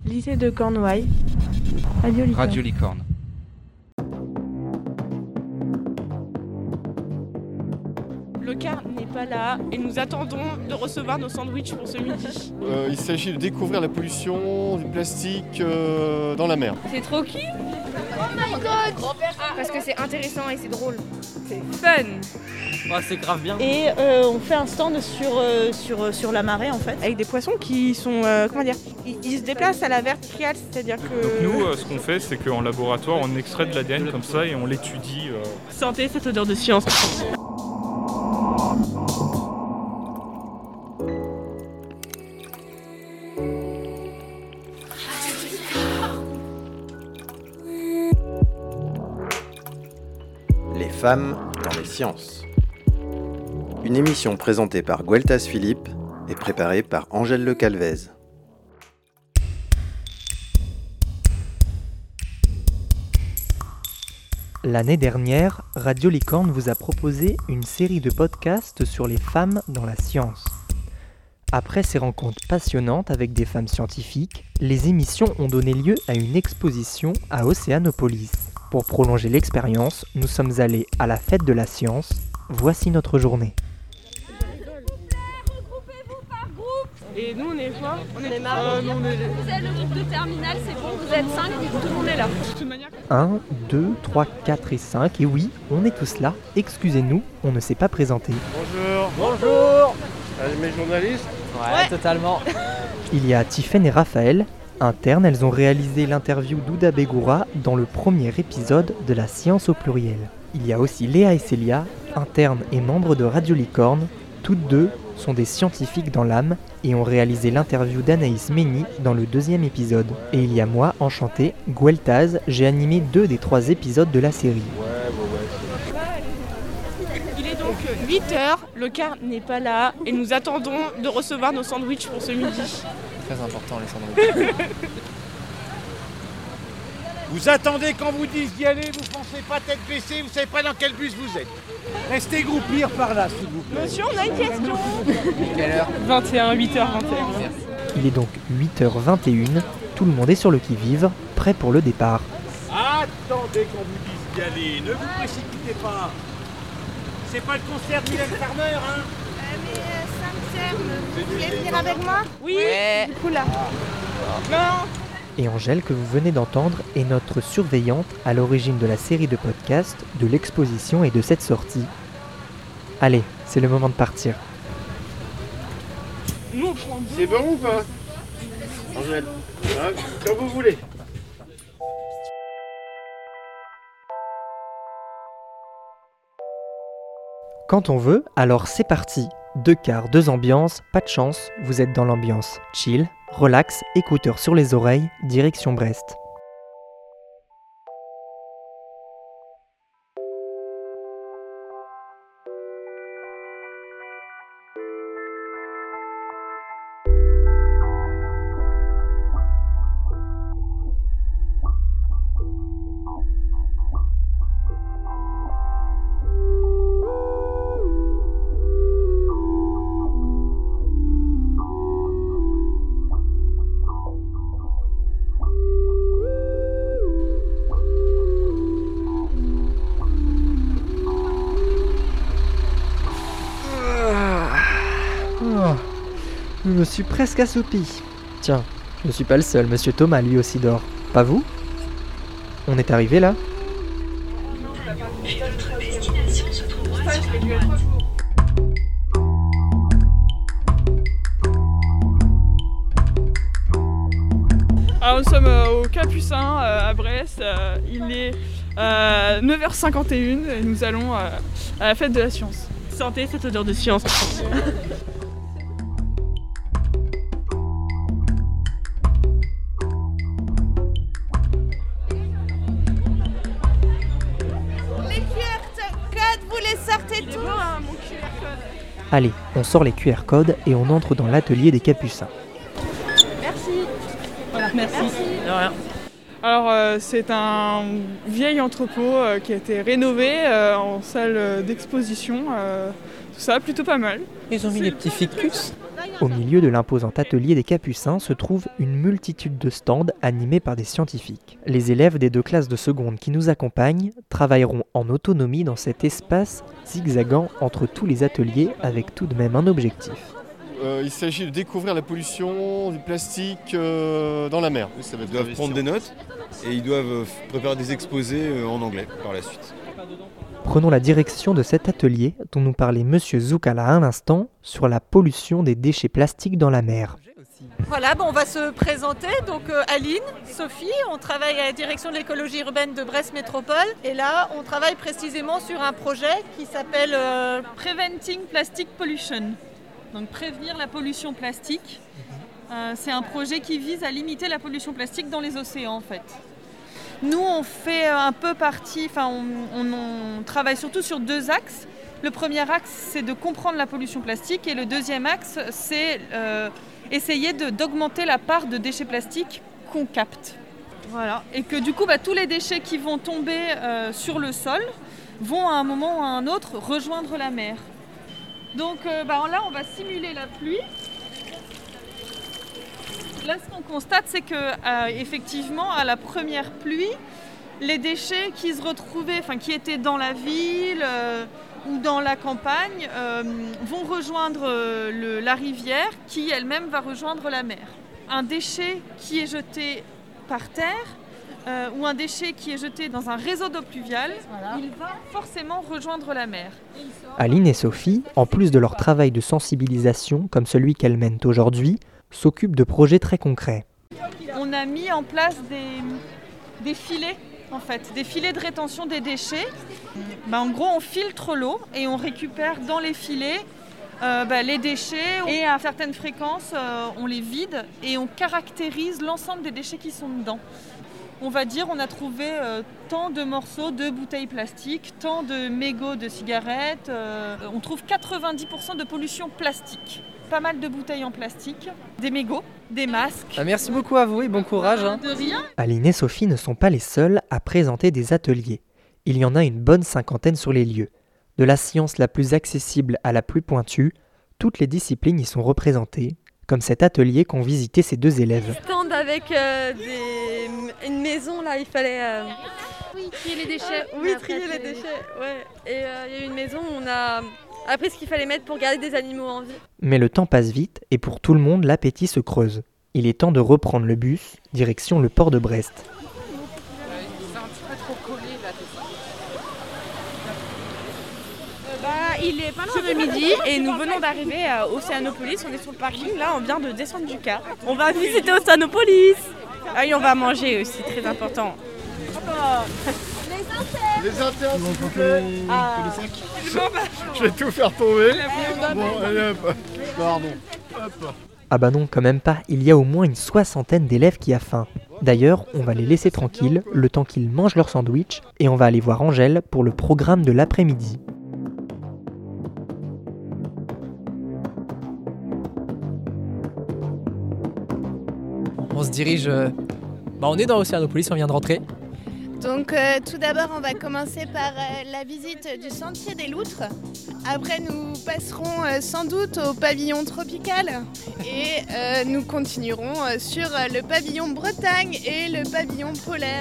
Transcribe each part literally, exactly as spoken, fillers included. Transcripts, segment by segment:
Lycée de Cornouailles. Radio Licorne. Radio Licorne. Le car n'est pas là et nous attendons de recevoir nos sandwichs pour ce midi. Euh, il s'agit de découvrir la pollution du plastique euh, dans la mer. C'est trop cute. Oh my god. Parce que c'est intéressant et c'est drôle. C'est fun. Oh, c'est grave bien. Et euh, on fait un stand sur, euh, sur, sur la marée en fait. Avec des poissons qui sont, euh, comment dire, ils, ils se déplacent à la verticale, c'est-à-dire que... Donc nous, euh, ce qu'on fait, c'est qu'en laboratoire, on extrait de l'A D N comme ça et on l'étudie. Euh... Sentez cette odeur de science. Les femmes dans les sciences. Une émission présentée par Gueltas Philippe et préparée par Angèle Le Calvez. L'année dernière, Radio Licorne vous a proposé une série de podcasts sur les femmes dans la science. Après ces rencontres passionnantes avec des femmes scientifiques, les émissions ont donné lieu à une exposition à Océanopolis. Pour prolonger l'expérience, nous sommes allés à la fête de la science. Voici notre journée. Regroupez-vous par groupe. Et nous on est quoi? On est marre. Euh, nous, on est... Vous êtes le groupe de terminale, c'est bon, vous êtes cinq, tout le monde est là. De toute manière... un, deux, trois, quatre et cinq. Et oui, on est tous là. Excusez-nous, on ne s'est pas présenté. Bonjour. Bonjour. Allez, mes journalistes. Ouais, ouais. Totalement. Il y a Tiffaine et Raphaël. Internes, elles ont réalisé l'interview d'Ouda Begoura dans le premier épisode de La Science au pluriel. Il y a aussi Léa et Célia, internes et membres de Radio Licorne. Toutes deux sont des scientifiques dans l'âme et ont réalisé l'interview d'Anaïs Mény dans le deuxième épisode. Et il y a moi, enchanté, Gueltaz, j'ai animé deux des trois épisodes de la série. Il est donc huit heures, le car n'est pas là et nous attendons de recevoir nos sandwichs pour ce midi. Très important les sandwichs. Vous attendez quand vous disent d'y aller, vous foncez pas tête baissée, vous savez pas dans quel bus vous êtes. Restez groupir par là, s'il vous plaît. Monsieur, on a une question. Quelle heure? vingt et un, huit heures vingt et un. Il est donc huit heures vingt et une, tout le monde est sur le qui-vive, prêt pour le départ. Attendez quand vous disent d'y aller, ne vous précipitez pas. C'est pas le concert de Mylène Farmer, hein? Euh, mais euh, ça me sert, vous voulez venir avec moi? Oui. Ouais. Du coup là. Non. Et Angèle, que vous venez d'entendre, est notre surveillante à l'origine de la série de podcasts, de l'exposition et de cette sortie. Allez, c'est le moment de partir. Nous, on prend deux. C'est bon ou pas, Angèle? Hein, comme vous voulez. Quand on veut, alors c'est parti. Deux quarts, deux ambiances, pas de chance, vous êtes dans l'ambiance. Chill, relax, écouteurs sur les oreilles, direction Brest. Je me suis presque assoupi. Tiens, je ne suis pas le seul, monsieur Thomas lui aussi dort. Pas vous? On est arrivé là? Et notre destination se trouvera sur la droite. Alors nous sommes euh, au Capucin euh, à Brest. Euh, il est euh, neuf heures cinquante et une et nous allons euh, à la fête de la science. Sentez cette odeur de science. Allez, on sort les Q R codes et on entre dans l'atelier des Capucins. Merci. Voilà, merci. merci. De rien. Alors euh, c'est un vieil entrepôt euh, qui a été rénové euh, en salle d'exposition. Euh, tout ça, plutôt pas mal. Ils ont mis des petits ficus. Là, il y Au milieu de l'imposant atelier des Capucins se trouve une multitude de stands animés par des scientifiques. Les élèves des deux classes de seconde qui nous accompagnent travailleront en autonomie dans cet espace zigzagant entre tous les ateliers avec tout de même un objectif. Euh, il s'agit de découvrir la pollution du plastique euh, dans la mer. Ça va ils doivent prendre des notes et ils doivent préparer des exposés euh, en anglais par la suite. Prenons la direction de cet atelier dont nous parlait Monsieur Zoukala à l'instant sur la pollution des déchets plastiques dans la mer. Voilà, bon, on va se présenter. Donc euh, Aline, Sophie, on travaille à la direction de l'écologie urbaine de Brest Métropole. Et là, on travaille précisément sur un projet qui s'appelle euh, Preventing Plastic Pollution. Donc prévenir la pollution plastique. Euh, c'est un projet qui vise à limiter la pollution plastique dans les océans en fait. Nous, on fait un peu partie, enfin, on, on, on travaille surtout sur deux axes. Le premier axe, c'est de comprendre la pollution plastique et le deuxième axe, c'est euh, essayer de, d'augmenter la part de déchets plastiques qu'on capte. Voilà. Et que du coup, bah, tous les déchets qui vont tomber euh, sur le sol vont à un moment ou à un autre rejoindre la mer. Donc euh, bah, là, on va simuler la pluie. Là, ce qu'on constate, c'est que euh, effectivement, à la première pluie, les déchets qui se retrouvaient, enfin qui étaient dans la ville euh, ou dans la campagne, euh, vont rejoindre euh, le, la rivière, qui elle-même va rejoindre la mer. Un déchet qui est jeté par terre euh, ou un déchet qui est jeté dans un réseau d'eau pluviale, voilà. Il va forcément rejoindre la mer. Aline et Sophie, en plus de leur travail de sensibilisation comme celui qu'elles mènent aujourd'hui, s'occupent de projets très concrets. On a mis en place des, des filets, en fait, des filets de rétention des déchets. Ben, en gros, on filtre l'eau et on récupère dans les filets euh, ben, les déchets et à certaines fréquences, euh, on les vide et on caractérise l'ensemble des déchets qui sont dedans. On va dire on a trouvé euh, tant de morceaux de bouteilles plastiques, tant de mégots de cigarettes. Euh, on trouve quatre-vingt-dix pour cent de pollution plastique. Pas mal de bouteilles en plastique, des mégots, des masques. Ah, merci beaucoup à vous et bon courage. Hein. De rien. Aline et Sophie ne sont pas les seules à présenter des ateliers. Il y en a une bonne cinquantaine sur les lieux. De la science la plus accessible à la plus pointue, toutes les disciplines y sont représentées, comme cet atelier qu'ont visité ces deux élèves. Stand avec euh, des... une maison, là, il fallait... Euh... Oui, trier les déchets. Euh, oui, trier les déchets, ouais. Et il euh, y a eu une maison où on a... Après, ce qu'il fallait mettre pour garder des animaux en vie. Mais le temps passe vite et pour tout le monde, l'appétit se creuse. Il est temps de reprendre le bus, direction le port de Brest. C'est un petit peu trop collé là, tout ça. Euh, bah, il est pas loin de midi et nous venons d'arriver à Océanopolis. On est sur le parking, là, on vient de descendre du car. On va visiter Océanopolis. Ah oui, on va manger aussi, très important. Les internes, s'il vous plaît. Ah. Je vais tout faire tomber. Bon, allez hop. Pardon. Hop. Ah bah non, quand même pas, il y a au moins une soixantaine d'élèves qui a faim. D'ailleurs, on va les laisser tranquilles, le temps qu'ils mangent leur sandwich, et on va aller voir Angèle pour le programme de l'après-midi. On se dirige... Euh... Bah on est dans Océanopolis, on vient de rentrer. Donc euh, tout d'abord, on va commencer par euh, la visite du sentier des loutres. Après, nous passerons euh, sans doute au pavillon tropical et euh, nous continuerons euh, sur euh, le pavillon Bretagne et le pavillon polaire.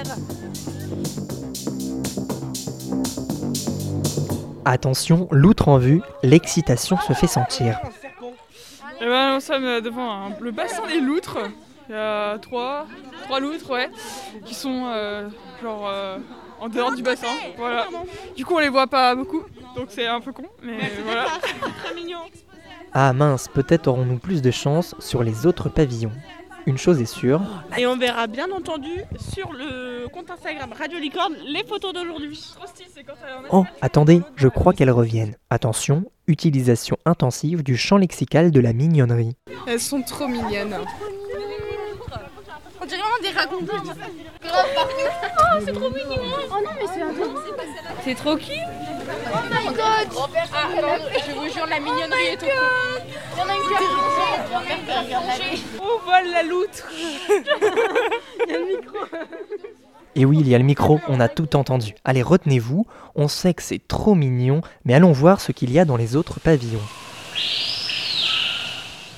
Attention, loutre en vue, l'excitation se fait sentir. Et ben, nous sommes devant un, le bassin des loutres. Il y a trois, trois loutres, ouais, qui sont euh, genre euh, en dehors du bassin. Voilà. Du coup, on les voit pas beaucoup, donc c'est un peu con, mais voilà. Très mignon. Ah mince, peut-être aurons-nous plus de chance sur les autres pavillons. Une chose est sûre. Et on verra bien entendu sur le compte Instagram Radio Licorne les photos d'aujourd'hui. Oh, attendez, je crois qu'elles reviennent. Attention, utilisation intensive du champ lexical de la mignonnerie. Elles sont trop mignonnes. On dirait vraiment des ragontins. Oh, c'est trop mignon. Oh non, mais c'est adorable. C'est trop cute. Oh my god. Ah, alors, je vous jure, la mignonnerie est trop cool. Il y en a une qui a on vole la loutre. Il y a le micro. Et oui, il y a le micro, on a tout entendu. Allez, retenez-vous, on sait que c'est trop mignon, mais allons voir ce qu'il y a dans les autres pavillons.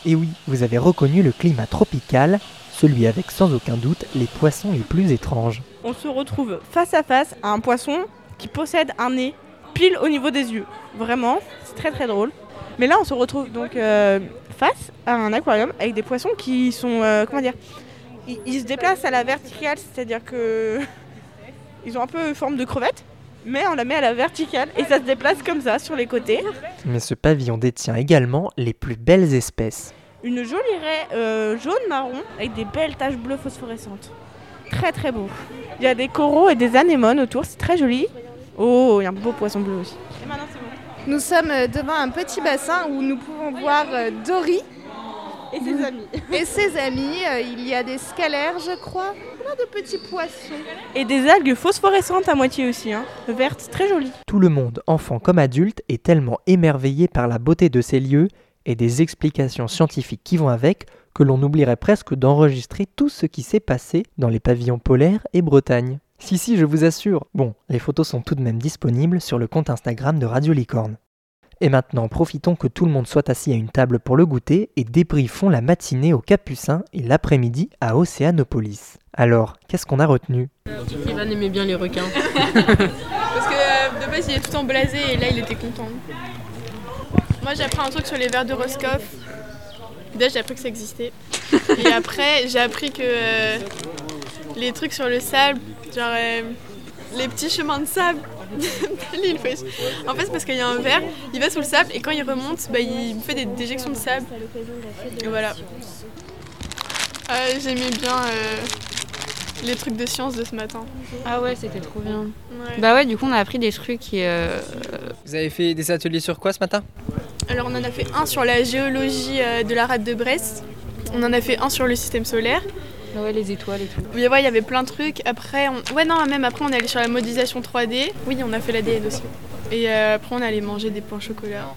Et oui, vous avez reconnu le climat tropical, celui avec sans aucun doute les poissons les plus étranges. On se retrouve face à face à un poisson qui possède un nez pile au niveau des yeux. Vraiment, c'est très très drôle. Mais là, on se retrouve donc euh, face à un aquarium avec des poissons qui sont, euh, comment dire, ils, ils se déplacent à la verticale, c'est-à-dire que ils ont un peu forme de crevette, mais on la met à la verticale et ça se déplace comme ça sur les côtés. Mais ce pavillon détient également les plus belles espèces. Une jolie raie euh, jaune-marron avec des belles taches bleues phosphorescentes. Très très beau. Il y a des coraux et des anémones autour, c'est très joli. Oh, il y a un beau poisson bleu aussi. Et maintenant c'est bon. Nous sommes devant un petit bassin où nous pouvons voir Dory et ses amis. Et ses amis, il y a des scalaires, je crois, plein de petits poissons. Et des algues phosphorescentes à moitié aussi, hein, vertes, très jolies. Tout le monde, enfant comme adulte, est tellement émerveillé par la beauté de ces lieux et des explications scientifiques qui vont avec que l'on oublierait presque d'enregistrer tout ce qui s'est passé dans les pavillons polaires et Bretagne. Si si, je vous assure. Bon, les photos sont tout de même disponibles sur le compte Instagram de Radio Licorne. Et maintenant, profitons que tout le monde soit assis à une table pour le goûter et débriefons la matinée au Capucin et l'après-midi à Océanopolis. Alors, qu'est-ce qu'on a retenu ? Ivan aimait bien les requins. Parce que euh, de base, il est tout le temps blasé et là, il était content. Moi, j'ai appris un truc sur les vers de Roscoff. Déjà, j'ai appris que ça existait. Et après, j'ai appris que euh, les trucs sur le sable, genre euh, les petits chemins de sable de l'île. En fait, c'est parce qu'il y a un ver, il va sous le sable et quand il remonte, bah, il fait des déjections de sable. Et voilà. Euh, j'aimais bien euh, les trucs de science de ce matin. Ah ouais, c'était trop bien. Ouais. Bah ouais, du coup, on a appris des trucs et... Euh... Vous avez fait des ateliers sur quoi ce matin ? Alors, on en a fait un sur la géologie euh, de la rade de Brest. On en a fait un sur le système solaire. Ouais, les étoiles et tout. Oui, ouais, il y avait plein de trucs. Après, on... ouais, non, même après, on est allé sur la modélisation trois D. Oui, on a fait l'A D N aussi. Et euh, après, on est allé manger des pains au chocolat.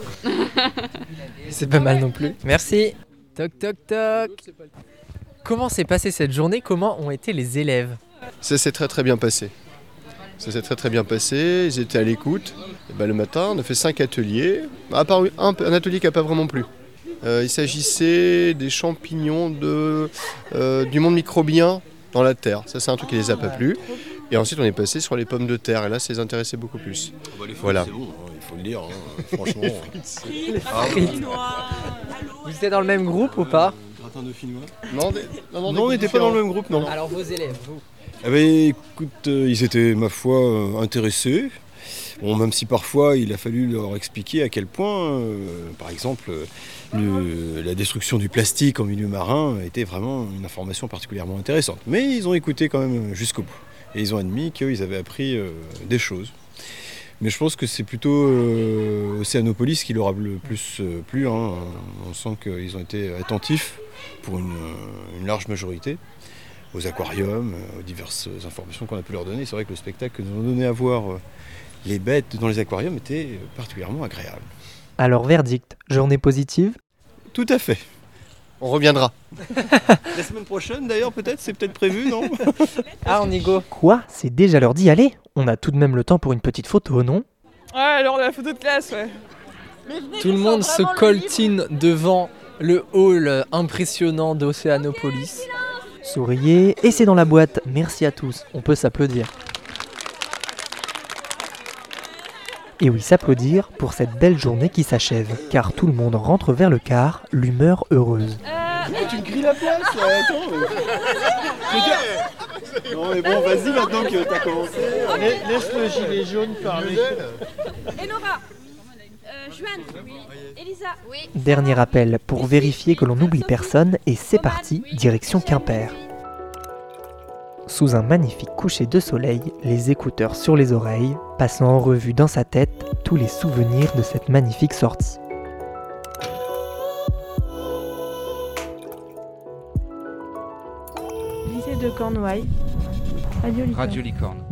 C'est pas mal non plus. Merci. Toc, toc, toc. Comment s'est passée cette journée ? Comment ont été les élèves ? Ça s'est très très bien passé. Ça s'est très très bien passé. Ils étaient à l'écoute. Et ben, le matin, on a fait cinq ateliers. À part un, un atelier qui n'a pas vraiment plu. Euh, il s'agissait des champignons de, euh, du monde microbien dans la terre. Ça, c'est un truc qui les a pas plu. Et ensuite, on est passé sur les pommes de terre. Et là, ça les intéressait beaucoup plus. Oh bah, les frites, voilà. c'est bon, hein, il faut le dire. Hein, franchement. Les frites. Ah, frites. Vous étiez dans le même groupe ou pas ? Gratin de finnois. Non, des, non, non, non on n'était pas dans le même groupe, non. Alors, vos élèves, vous ? Eh ben, écoute, euh, ils étaient, ma foi, euh, intéressés. Bon, même si parfois il a fallu leur expliquer à quel point, euh, par exemple, le, la destruction du plastique en milieu marin était vraiment une information particulièrement intéressante. Mais ils ont écouté quand même jusqu'au bout. Et ils ont admis qu'ils avaient appris euh, des choses. Mais je pense que c'est plutôt euh, Océanopolis qui leur a le plus euh, plu. Hein. On sent qu'ils ont été attentifs pour une, une large majorité aux aquariums, aux diverses informations qu'on a pu leur donner. C'est vrai que le spectacle que nous avons donné à voir euh, les bêtes dans les aquariums était particulièrement agréable. Alors verdict, journée positive ? Tout à fait. On reviendra. La semaine prochaine d'ailleurs peut-être, c'est peut-être prévu, non ? Ah, on y go. Quoi ? C'est déjà l'heure d'y aller ? On a tout de même le temps pour une petite photo, non ? Ouais, alors la photo de classe, ouais. Tout le monde se coltine devant le hall impressionnant d'Océanopolis. Souriez, et c'est dans la boîte. Merci à tous, on peut s'applaudir. Et oui, s'applaudir pour cette belle journée qui s'achève, car tout le monde rentre vers le car, l'humeur heureuse. Euh, tu me grilles la place, attends. Mais... Non mais bon, vas-y maintenant que t'as commencé. Laisse le gilet jaune parler. Et Nora euh, Juan Oui. Elisa Oui. Dernier appel pour vérifier que l'on n'oublie personne, et c'est parti, direction Quimper. Sous un magnifique coucher de soleil, les écouteurs sur les oreilles, passant en revue dans sa tête tous les souvenirs de cette magnifique sortie. Lycée de Cornouailles, Radio Licorne. Radio Licorne.